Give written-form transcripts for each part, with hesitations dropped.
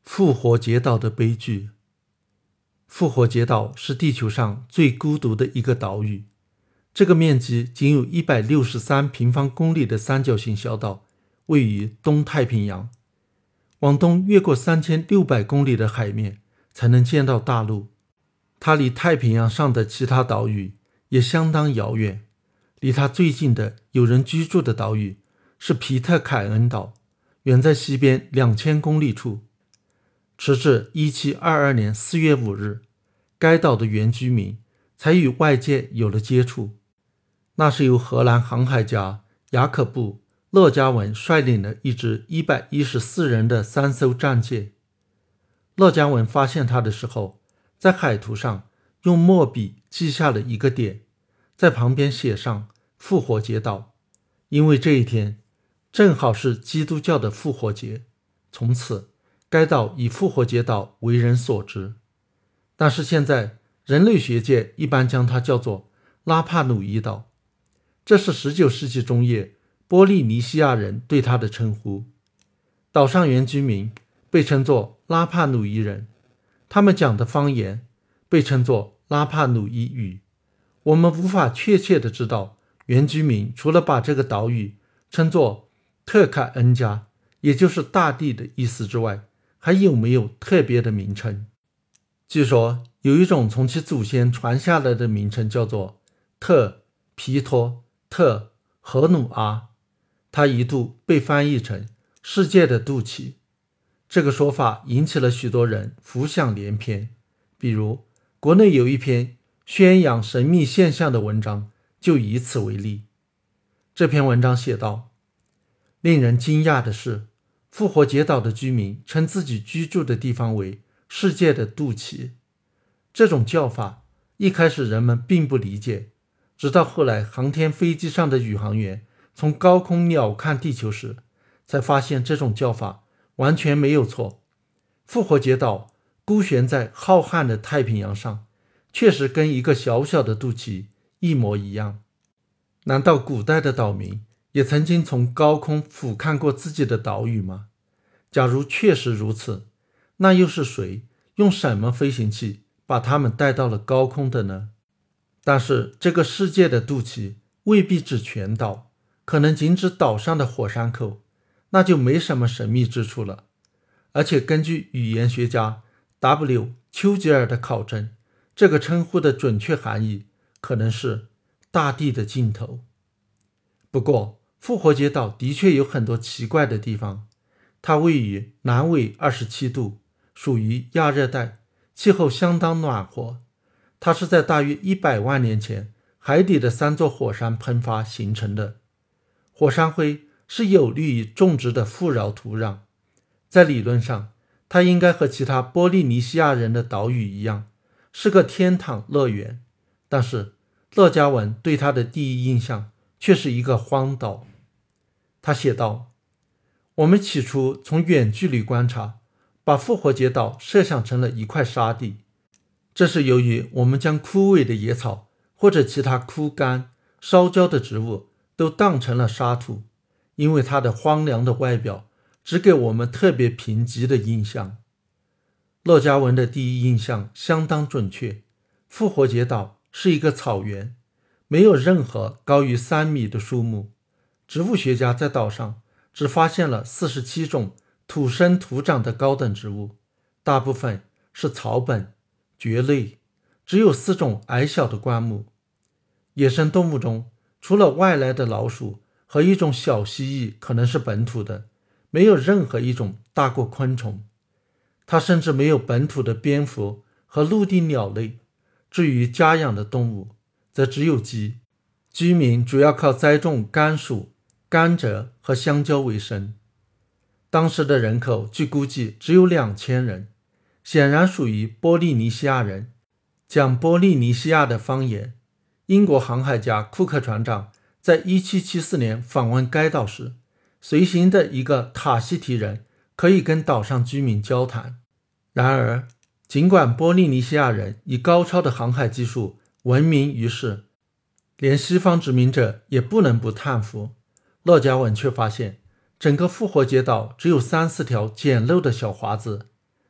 复活节岛的悲剧。复活节岛是地球上最孤独的一个岛屿，这个面积仅有163平方公里的三角形小岛位于东太平洋，往东越过3600公里的海面才能见到大陆。它离太平洋上的其他岛屿也相当遥远，离它最近的有人居住的岛屿是皮特凯恩岛，远在西边2000公里处。直至1722年4月5日，该岛的原居民才与外界有了接触。那是由荷兰航海家雅可布·勒加文率领的一支114人的3艘战舰。勒加文发现它的时候，在海图上用墨笔记下了一个点，在旁边写上复活节岛，因为这一天正好是基督教的复活节。从此该岛以复活节岛为人所知，但是现在人类学界一般将它叫做拉帕努伊岛，这是19世纪中叶波利尼西亚人对它的称呼。岛上原居民被称作拉帕努伊人，他们讲的方言被称作拉帕努伊语。我们无法确切地知道原居民除了把这个岛屿称作特凯恩加，也就是大地的意思之外，还有没有特别的名称。据说有一种从其祖先传下来的名称叫做特皮托特荷努阿，它一度被翻译成世界的肚脐。这个说法引起了许多人浮想联翩，比如国内有一篇宣扬神秘现象的文章就以此为例。这篇文章写道，令人惊讶的是，复活节岛的居民称自己居住的地方为世界的肚脐。这种叫法一开始人们并不理解，直到后来航天飞机上的宇航员从高空鸟瞰地球时，才发现这种叫法完全没有错。复活节岛孤悬在浩瀚的太平洋上，确实跟一个小小的肚脐一模一样。难道古代的岛民也曾经从高空俯瞰过自己的岛屿吗？假如确实如此，那又是谁用什么飞行器把他们带到了高空的呢？但是这个世界的肚脐未必指全岛，可能仅指岛上的火山口，那就没什么神秘之处了。而且根据语言学家 W. 丘吉尔的考证，这个称呼的准确含义可能是大地的尽头。不过复活节岛的确有很多奇怪的地方，它位于南纬27度，属于亚热带，气候相当暖和。它是在大约100万年前海底的3座火山喷发形成的。火山灰是有利于种植的富饶土壤，在理论上它应该和其他波利尼西亚人的岛屿一样，是个天堂乐园，但是勒加文对它的第一印象却是一个荒岛。他写道，我们起初从远距离观察，把复活节岛设想成了一块沙地，这是由于我们将枯萎的野草或者其他枯干烧焦的植物都当成了沙土，因为它的荒凉的外表只给我们特别贫瘠的印象。勒加文的第一印象相当准确，复活节岛是一个草原，没有任何高于3米的树木。植物学家在岛上只发现了47种土生土长的高等植物，大部分是草本、蕨类，只有4种矮小的灌木。野生动物中，除了外来的老鼠和一种小蜥蜴可能是本土的，没有任何一种大过昆虫。它甚至没有本土的蝙蝠和陆地鸟类。至于家养的动物，则只有鸡。居民主要靠栽种甘薯、甘蔗和香蕉为生。当时的人口据估计只有2000人，显然属于波利尼西亚人，讲波利尼西亚的方言。英国航海家库克船长在1774年访问该岛时，随行的一个塔希提人可以跟岛上居民交谈。然而，尽管波利尼西亚人以高超的航海技术闻名于世，连西方殖民者也不能不叹服。勒加文却发现，整个复活节岛只有3-4条简陋的小华子，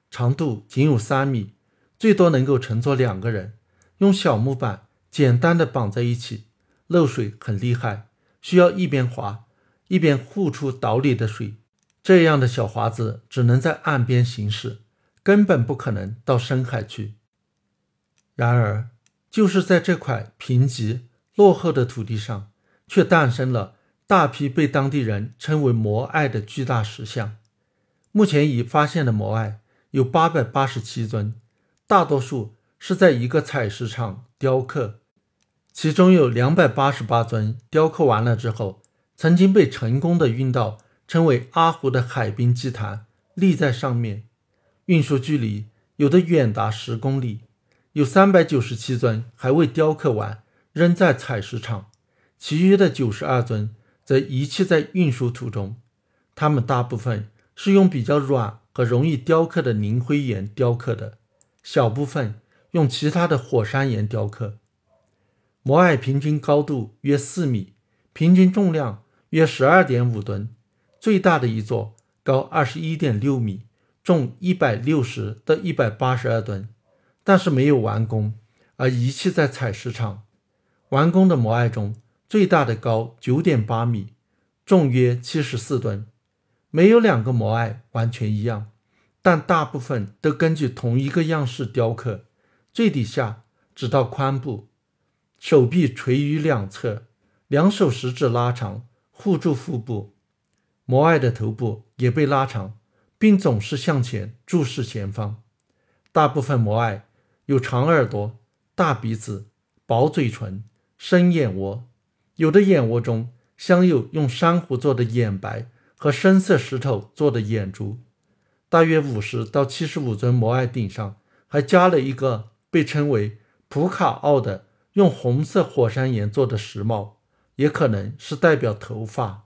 长度仅有3米，最多能够乘坐2个人，用小木板简单的绑在一起，漏水很厉害，需要一边划一边护出岛里的水。这样的小筏子只能在岸边行驶，根本不可能到深海去。然而，就是在这块贫瘠落后的土地上，却诞生了大批被当地人称为摩艾的巨大石像。目前已发现的摩艾有887尊，大多数是在一个采石场雕刻，其中有288尊雕刻完了之后，曾经被成功的运到称为阿湖的海滨祭坛，立在上面，运输距离有的远达10公里。有397尊还未雕刻完，仍在采石场，其余的92尊则遗弃在运输途中。它们大部分是用比较软和容易雕刻的磷灰岩雕刻的，小部分用其他的火山岩雕刻。摩艾平均高度约4米，平均重量约 12.5 吨，最大的一座高 21.6 米，重160到182吨，但是没有完工，而遗弃在采石场。完工的摩艾中，最大的高 9.8 米，重约74吨。没有2个摩艾完全一样，但大部分都根据同一个样式雕刻，最底下直到髋部，手臂垂于两侧，2手食指拉长，护住腹部。摩艾的头部也被拉长，并总是向前注视前方。大部分摩艾有长耳朵、大鼻子、薄嘴唇、深眼窝，有的眼窝中镶有用珊瑚做的眼白和深色石头做的眼珠。大约50到75尊摩艾顶上还加了一个被称为普卡奥的用红色火山岩做的石帽，也可能是代表头发。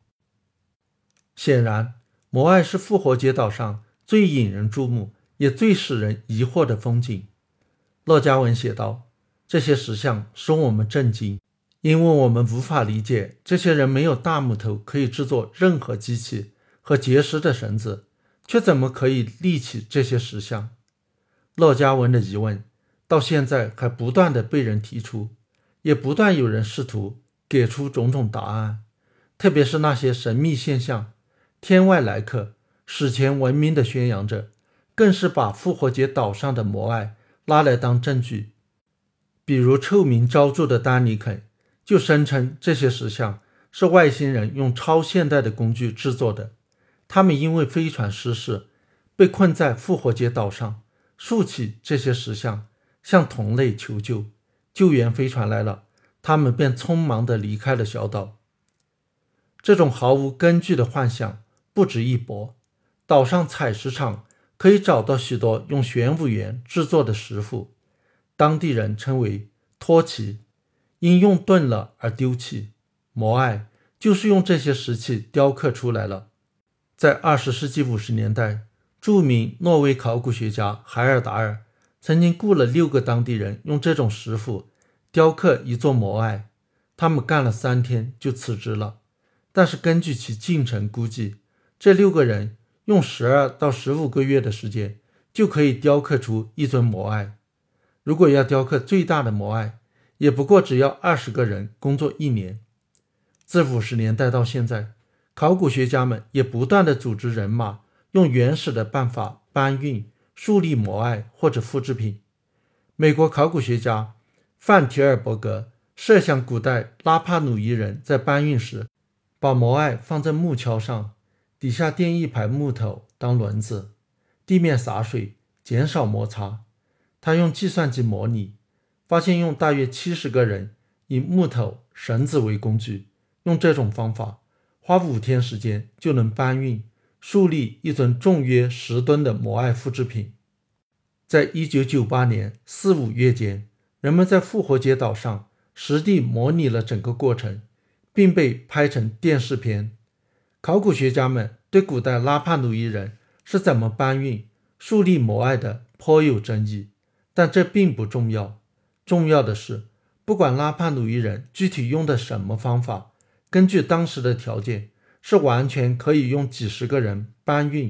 显然，摩艾是复活节岛上最引人注目也最使人疑惑的风景。骆家文写道，这些石像使我们震惊，因为我们无法理解这些人没有大木头可以制作任何机器和结实的绳子，却怎么可以立起这些石像？骆家文的疑问到现在还不断地被人提出，也不断有人试图给出种种答案，特别是那些神秘现象、天外来客、史前文明的宣扬者，更是把复活节岛上的摩艾拉来当证据。比如臭名昭著的丹尼肯就声称这些石像是外星人用超现代的工具制作的，他们因为飞船失事被困在复活节岛上，竖起这些石像向同类求救，救援飞船来了，他们便匆忙地离开了小岛。这种毫无根据的幻想不止一驳，岛上采石场可以找到许多用玄武岩制作的石斧，当地人称为托奇，因用钝了而丢弃。摩艾就是用这些石器雕刻出来了。在20世纪50年代，著名挪威考古学家海尔达尔曾经雇了6个当地人用这种石斧雕刻一座摩艾，他们干了3天就辞职了，但是根据其进程估计，这6个人用12到15个月的时间就可以雕刻出一尊摩艾。如果要雕刻最大的摩艾，也不过只要20个人工作1年。自50年代到现在，考古学家们也不断地组织人马，用原始的办法搬运、树立摩艾或者复制品。美国考古学家范提尔伯格设想古代拉帕努伊人在搬运时，把摩艾放在木橇上，底下垫一排木头当轮子，地面洒水，减少摩擦。他用计算机模拟，发现用大约70个人以木头、绳子为工具，用这种方法花5天时间就能搬运、树立一尊重约10吨的摩艾复制品。在1998年4、5月间，人们在复活节岛上实地模拟了整个过程，并被拍成电视片。考古学家们对古代拉帕努伊人是怎么搬运、树立摩艾的颇有争议，但这并不重要。重要的是，不管拉帕努伊人具体用的什么方法，根据当时的条件，是完全可以用几十个人搬运、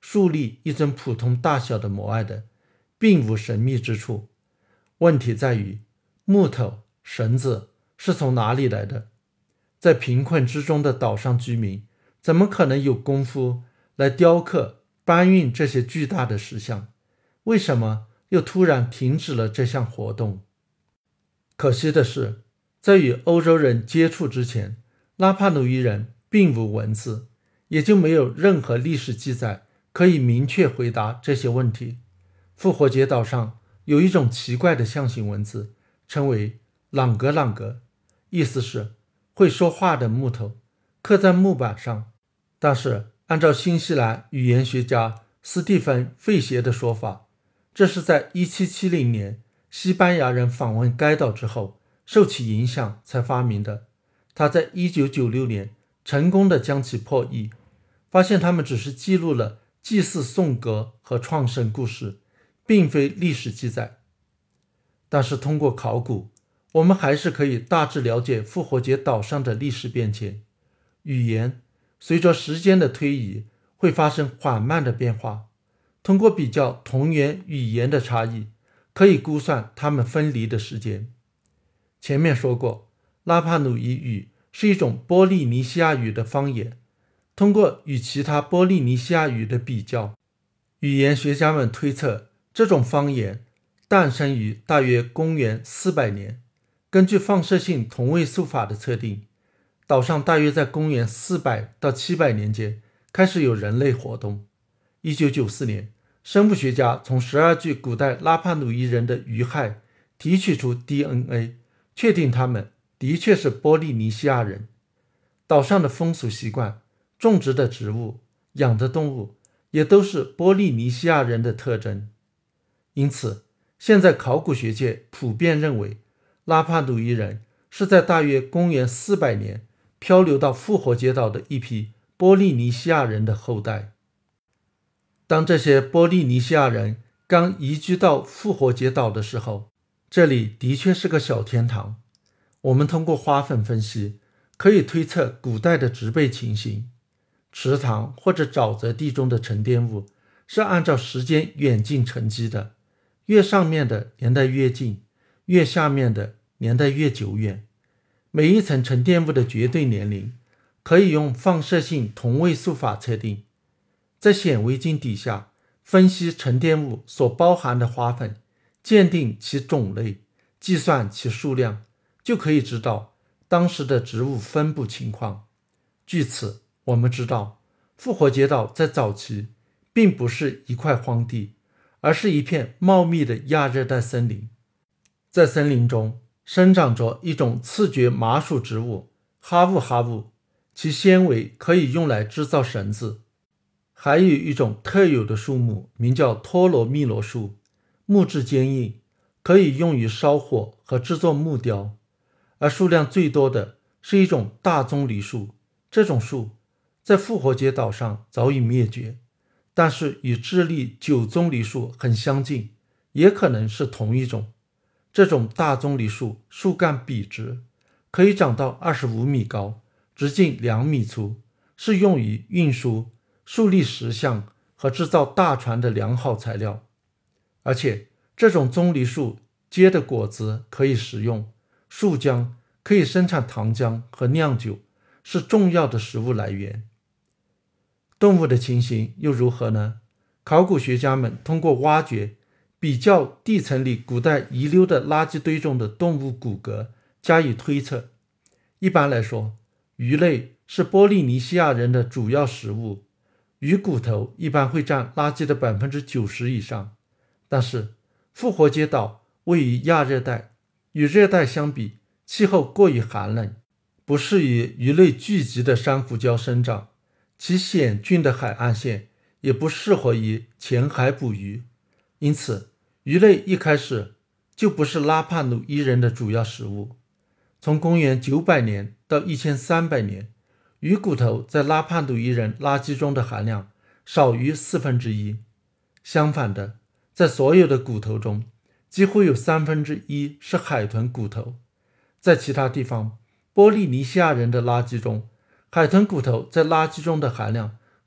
树立一尊普通大小的摩艾的，并无神秘之处。问题在于木头、绳子是从哪里来的？在贫困之中的岛上居民怎么可能有功夫来雕刻、搬运这些巨大的石像？为什么又突然停止了这项活动？可惜的是，在与欧洲人接触之前，拉帕努伊人并无文字，也就没有任何历史记载可以明确回答这些问题。复活节岛上有一种奇怪的象形文字，称为朗格朗格，意思是会说话的木头，刻在木板上。但是按照新西兰语言学家斯蒂芬·费歇的说法，这是在1770年西班牙人访问该岛之后受其影响才发明的。他在1996年成功地将其破译，发现他们只是记录了祭祀颂歌和创生故事，并非历史记载。但是通过考古，我们还是可以大致了解复活节岛上的历史变迁。语言随着时间的推移会发生缓慢的变化，通过比较同源语言的差异，可以估算它们分离的时间。前面说过，拉帕努伊语是一种波利尼西亚语的方言。通过与其他波利尼西亚语的比较，语言学家们推测这种方言诞生于大约公元400年。根据放射性同位素法的测定，岛上大约在公元400到700年间开始有人类活动。1994年，生物学家从12具古代拉帕努伊人的遗骸提取出 DNA， 确定他们的确是波利尼西亚人。岛上的风俗习惯、种植的植物、养的动物也都是波利尼西亚人的特征。因此，现在考古学界普遍认为，拉帕努伊人是在大约公元400年漂流到复活节岛的一批波利尼西亚人的后代。当这些波利尼西亚人刚移居到复活节岛的时候，这里的确是个小天堂。我们通过花粉分析，可以推测古代的植被情形。池塘或者沼泽地中的沉淀物是按照时间远近沉积的，越上面的年代越近，越下面的年代越久远。每一层沉淀物的绝对年龄可以用放射性同位素法测定，在显微镜底下分析沉淀物所包含的花粉，鉴定其种类，计算其数量，就可以知道当时的植物分布情况。据此，我们知道复活节岛在早期并不是一块荒地，而是一片茂密的亚热带森林。在森林中生长着一种刺蕨麻属植物哈乌哈乌，其纤维可以用来制造绳子。还有一种特有的树木名叫托罗密罗树，木质坚硬，可以用于烧火和制作木雕。而数量最多的是一种大棕榈树，这种树在复活节岛上早已灭绝，但是与智利九棕榈树很相近，也可能是同一种。这种大棕榈树树干笔直，可以长到25米高，直径2米粗，是用于运输、树立石像和制造大船的良好材料。而且这种棕榈树结的果子可以食用，树浆可以生产糖浆和酿酒，是重要的食物来源。动物的情形又如何呢？考古学家们通过挖掘、比较地层里古代遗留的垃圾堆中的动物骨骼加以推测。一般来说，鱼类是波利尼西亚人的主要食物，鱼骨头一般会占垃圾的 90% 以上。但是复活节岛位于亚热带，与热带相比，气候过于寒冷，不适宜鱼类聚集的珊瑚礁生长，其险峻的海岸线也不适合于浅海捕鱼。因此鱼类一开始就不是拉帕努伊人的主要食物。从公元900年到1300年，鱼骨头在拉帕努伊人垃圾中的含量少于1/4。相反的，在所有的骨头中，几乎有1/3是海豚骨头。在其他地方，波利尼西亚人的垃圾中，海豚骨头在垃圾中的含量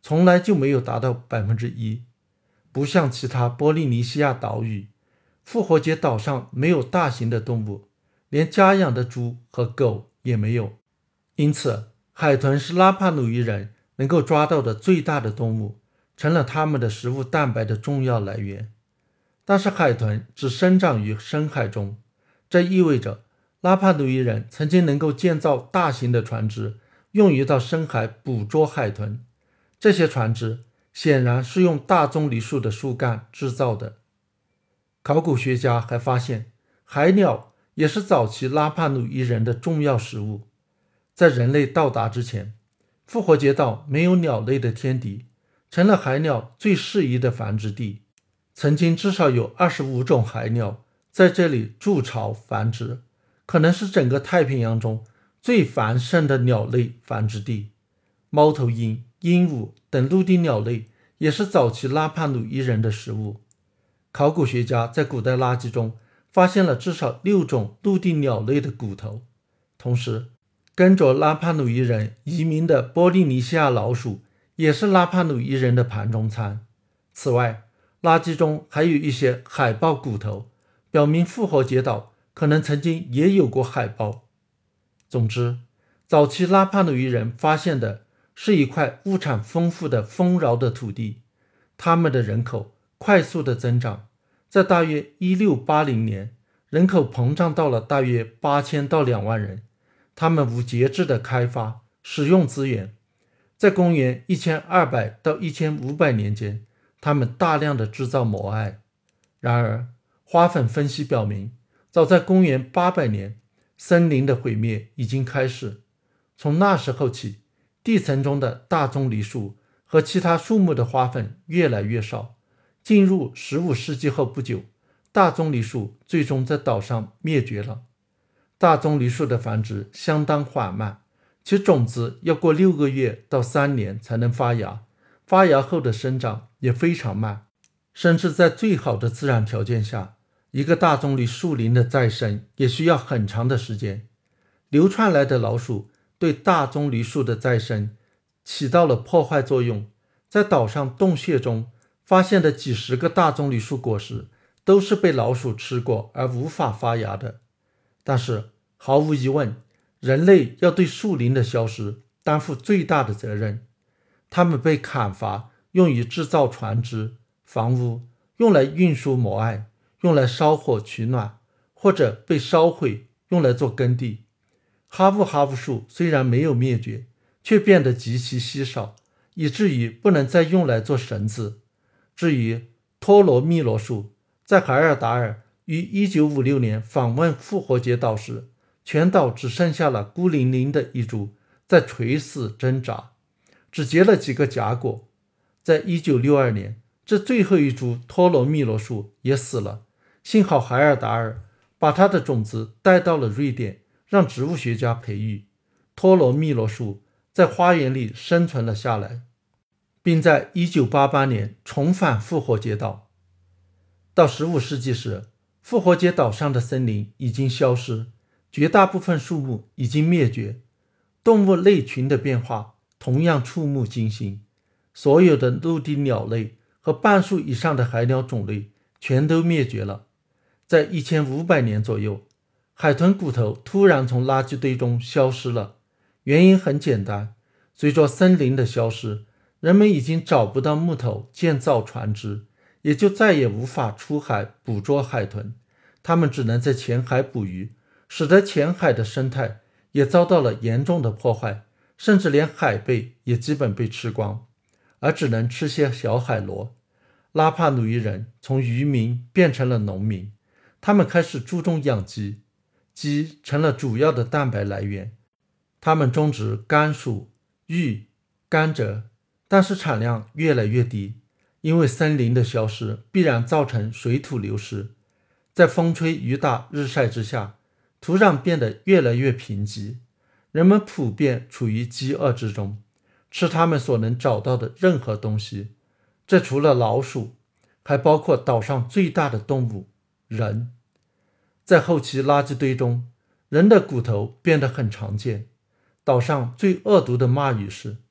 从来就没有达到1%。不像其他波利尼西亚岛屿，复活节岛上没有大型的动物，连家养的猪和狗也没有。因此，海豚是拉帕努伊人能够抓到的最大的动物，成了他们的食物蛋白的重要来源。但是海豚只生长于深海中，这意味着拉帕努伊人曾经能够建造大型的船只，用于到深海捕捉海豚。这些船只显然是用大棕榈树的树干制造的。考古学家还发现，海鸟也是早期拉帕努伊人的重要食物。在人类到达之前，复活节岛没有鸟类的天敌，成了海鸟最适宜的繁殖地。曾经至少有25种海鸟在这里筑巢繁殖，可能是整个太平洋中最繁盛的鸟类繁殖地。猫头鹰、鹦鹉等陆地鸟类也是早期拉帕努伊人的食物。考古学家在古代垃圾中发现了至少6种陆地鸟类的骨头。同时，跟着拉帕努伊人移民的波利尼西亚老鼠也是拉帕努伊人的盘中餐。此外，垃圾中还有一些海豹骨头，表明复活节岛可能曾经也有过海豹。总之，早期拉帕努伊人发现的是一块物产丰富的丰饶的土地，他们的人口快速的增长，在大约1680年，人口膨胀到了大约8000到2万人。他们无节制的开发、使用资源。在公元1200到1500年间，他们大量的制造摩艾。然而，花粉分析表明，早在公元800年，森林的毁灭已经开始。从那时候起，地层中的大棕榈树和其他树木的花粉越来越少。进入15世纪后不久，大棕榈树最终在岛上灭绝了。大棕榈树的繁殖相当缓慢，其种子要过6个月到3年才能发芽，发芽后的生长也非常慢，甚至在最好的自然条件下，一个大棕榈树林的再生也需要很长的时间。流窜来的老鼠对大棕榈树的再生起到了破坏作用，在岛上洞穴中发现的几十个大棕榈树果实都是被老鼠吃过而无法发芽的。但是毫无疑问，人类要对树林的消失担负最大的责任。它们被砍伐，用于制造船只、房屋，用来运输摩艾，用来烧火取暖，或者被烧毁，用来做耕地。哈夫树虽然没有灭绝，却变得极其稀少，以至于不能再用来做绳子。至于托罗密罗树，在海尔达尔于1956年访问复活节岛时，全岛只剩下了孤零零的一株，在垂死挣扎，只结了几个荚果。在1962年，这最后一株托罗密罗树也死了。幸好海尔达尔把它的种子带到了瑞典，让植物学家培育。托罗密罗树在花园里生存了下来，并在1988年重返复活节岛。到15世纪时，复活节岛上的森林已经消失，绝大部分树木已经灭绝。动物类群的变化同样触目惊心，所有的陆地鸟类和半数以上的海鸟种类全都灭绝了。在1500年左右，海豚骨头突然从垃圾堆中消失了。原因很简单，随着森林的消失，人们已经找不到木头建造船只，也就再也无法出海捕捉海豚，它们只能在浅海捕鱼，使得浅海的生态也遭到了严重的破坏，甚至连海贝也基本被吃光，而只能吃些小海螺。拉帕努伊人从渔民变成了农民，他们开始注重养鸡，鸡成了主要的蛋白来源。他们种植甘薯、玉、甘蔗，但是产量越来越低，因为森林的消失必然造成水土流失。在风吹雨打日晒之下，土壤变得越来越贫瘠，人们普遍处于饥饿之中，吃他们所能找到的任何东西。这除了老鼠，还包括岛上最大的动物——人。在后期垃圾堆中，人的骨头变得很常见。岛上最恶毒的骂语是：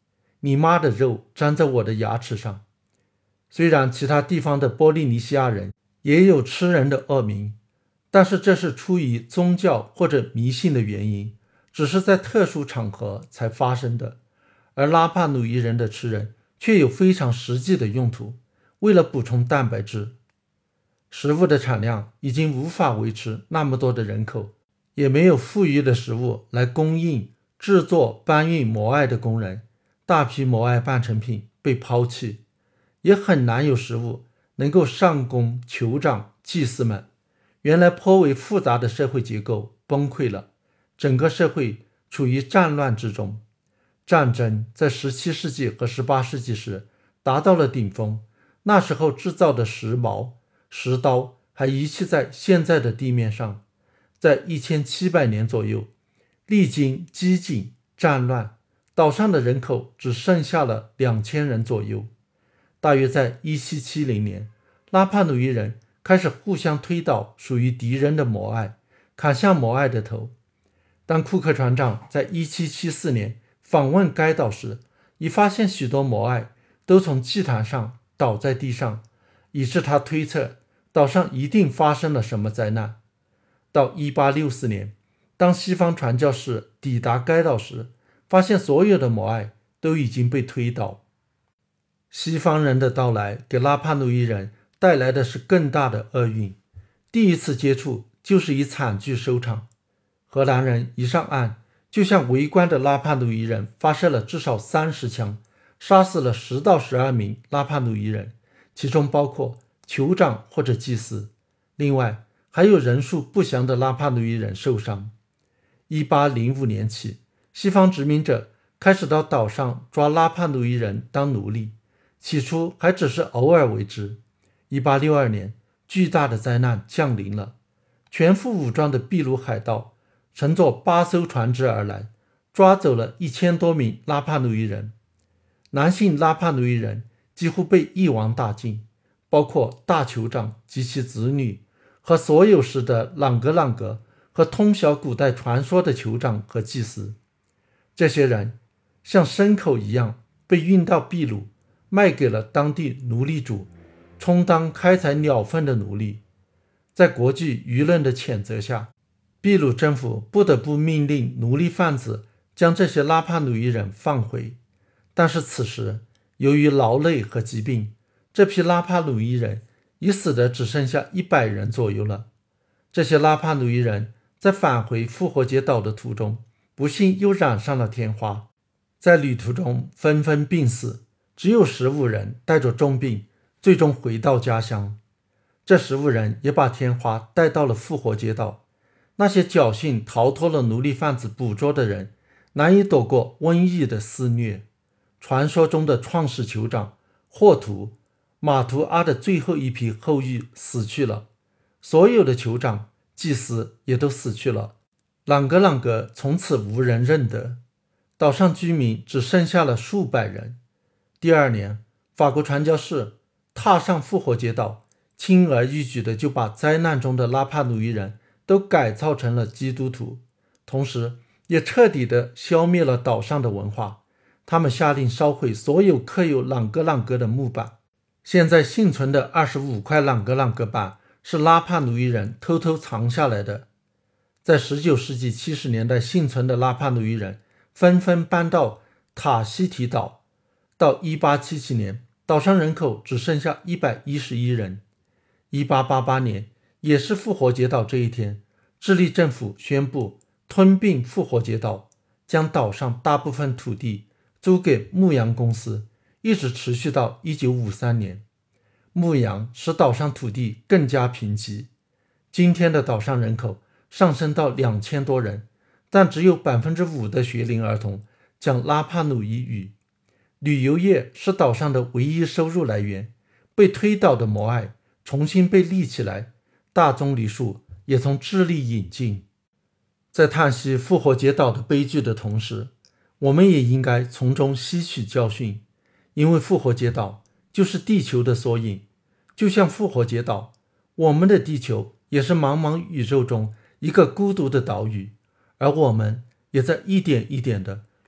你妈的肉粘在我的牙齿上。虽然其他地方的波利尼西亚人也有吃人的恶名，但是这是出于宗教或者迷信的原因，只是在特殊场合才发生的。而拉帕努伊人的吃人却有非常实际的用途，为了补充蛋白质。食物的产量已经无法维持那么多的人口，也没有富裕的食物来供应制作搬运摩艾的工人，大批摩艾半成品被抛弃，也很难有食物能够上供酋长、祭司们。原来颇为复杂的社会结构崩溃了，整个社会处于战乱之中。战争在17世纪和18世纪时达到了顶峰，那时候制造的石矛、石刀还遗弃在现在的地面上。在1700年左右，历经饥馑战乱，岛上的人口只剩下了2000人左右。大约在1770年，拉帕努伊人开始互相推倒属于敌人的摩艾，砍下摩艾的头。当库克船长在1774年访问该岛时，已发现许多摩艾都从祭坛上倒在地上，以致他推测岛上一定发生了什么灾难。到1864年，当西方传教士抵达该岛时，发现所有的摩艾都已经被推倒。西方人的到来给拉帕努伊人带来的是更大的厄运，第一次接触就是以惨剧收场。荷兰人一上岸，就向围观的拉帕努伊人发射了至少30枪，杀死了10到12名拉帕努伊人，其中包括酋长或者祭司，另外还有人数不详的拉帕努伊人受伤。1805年起，西方殖民者开始到岛上抓拉帕努伊人当奴隶，起初还只是偶尔为之。1862年，巨大的灾难降临了，全副武装的秘鲁海盗乘坐8艘船只而来，抓走了1000多名拉帕努伊人。男性拉帕努伊人几乎被一网打尽，包括大酋长及其子女和所有时的朗格朗格和通晓古代传说的酋长和祭司。这些人像牲口一样被运到秘鲁，卖给了当地奴隶主，充当开采鸟粪的奴隶。在国际舆论的谴责下，秘鲁政府不得不命令奴隶贩子将这些拉帕努伊人放回。但是此时，由于劳累和疾病，这批拉帕努伊人已死的只剩下100人左右了。这些拉帕努伊人在返回复活节岛的途中，不幸又染上了天花，在旅途中纷纷病死，只有15人带着重病，最终回到家乡。这15人也把天花带到了复活节岛。那些侥幸逃脱了奴隶贩子捕捉的人，难以躲过瘟疫的肆虐。传说中的创始酋长霍图、马图阿的最后一批后裔死去了，所有的酋长、祭司也都死去了。朗格朗格从此无人认得，岛上居民只剩下了数百人。第2年，法国传教士踏上复活节岛，轻而易举地就把灾难中的拉帕努伊人都改造成了基督徒，同时也彻底地消灭了岛上的文化。他们下令烧毁所有刻有朗格朗格的木板。现在幸存的25块朗格朗格板是拉帕努伊人偷偷藏下来的。在19世纪70年代幸存的拉帕努伊人纷纷搬到塔希提岛，到1877年，岛上人口只剩下111人。1888年，也是复活节岛这一天，智利政府宣布吞并复活节岛，将岛上大部分土地租给牧羊公司，一直持续到1953年。牧羊使岛上土地更加贫瘠。今天的岛上人口上升到2000多人，但只有 5% 的学龄儿童讲拉帕努伊语。旅游业是岛上的唯一收入来源，被推倒的摩艾重新被立起来，大棕榈树也从智利引进。在叹息复活节岛的悲剧的同时，我们也应该从中吸取教训，因为复活节岛就是地球的缩影。就像复活节岛，我们的地球也是茫茫宇宙中一个孤独的岛屿，而我们也在一点一点的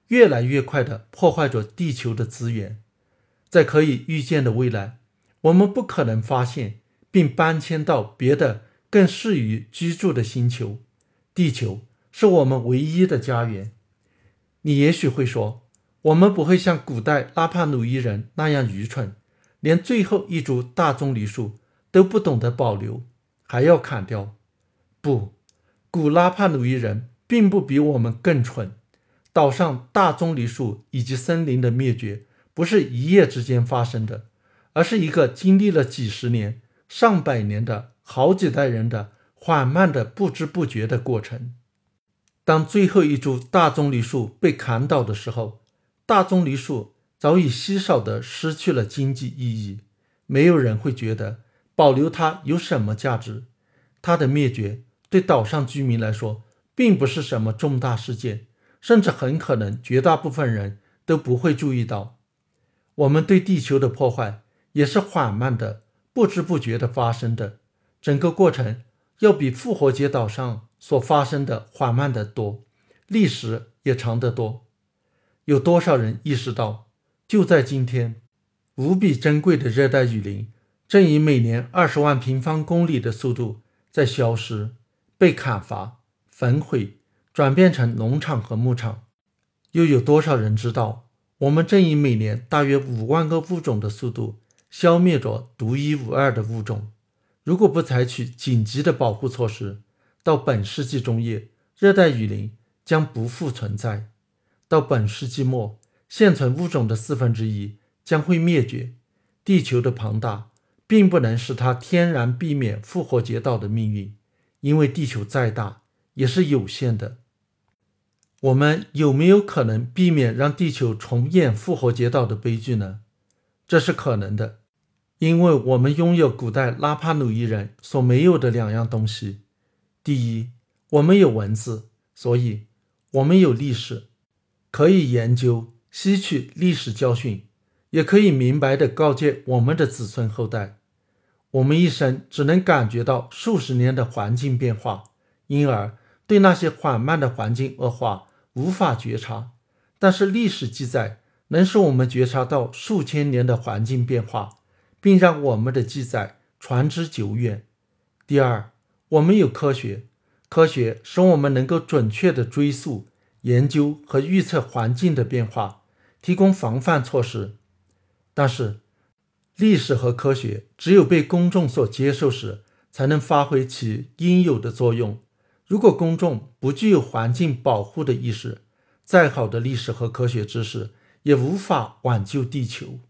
越来越快地破坏着地球的资源。在可以预见的未来，我们不可能发现并搬迁到别的更适于居住的星球。地球是我们唯一的家园。你也许会说，我们不会像古代拉帕努伊人那样愚蠢，连最后一株大棕榈树都不懂得保留，还要砍掉。不，古拉帕努伊人并不比我们更蠢。岛上大棕榈树以及森林的灭绝不是一夜之间发生的，而是一个经历了几十年、上百年的好几代人的缓慢的不知不觉的过程。当最后一株大棕榈树被砍倒的时候，大棕榈树早已稀少地失去了经济意义，没有人会觉得保留它有什么价值。它的灭绝对岛上居民来说并不是什么重大事件，甚至很可能绝大部分人都不会注意到。我们对地球的破坏也是缓慢的、不知不觉地发生的，整个过程要比复活节岛上所发生的缓慢得多，历时也长得多。有多少人意识到，就在今天，无比珍贵的热带雨林正以每年20万平方公里的速度在消失、被砍伐、焚毁，转变成农场和牧场？又有多少人知道，我们正以每年大约5万个物种的速度消灭着独一无二的物种？如果不采取紧急的保护措施，到本世纪中叶，热带雨林将不复存在。到本世纪末，现存物种的1/4将会灭绝。地球的庞大并不能使它天然避免复活节岛的命运，因为地球再大也是有限的。我们有没有可能避免让地球重演复活节岛的悲剧呢？这是可能的，因为我们拥有古代拉帕努伊人所没有的2样东西。第一，我们有文字，所以我们有历史，可以研究、吸取历史教训，也可以明白地告诫我们的子孙后代。我们一生只能感觉到数十年的环境变化，因而对那些缓慢的环境恶化无法觉察，但是历史记载能使我们觉察到数千年的环境变化，并让我们的记载传之久远。第二，我们有科学，科学使我们能够准确地追溯、研究和预测环境的变化，提供防范措施。但是，历史和科学只有被公众所接受时，才能发挥其应有的作用。如果公众不具有环境保护的意识，再好的历史和科学知识也无法挽救地球。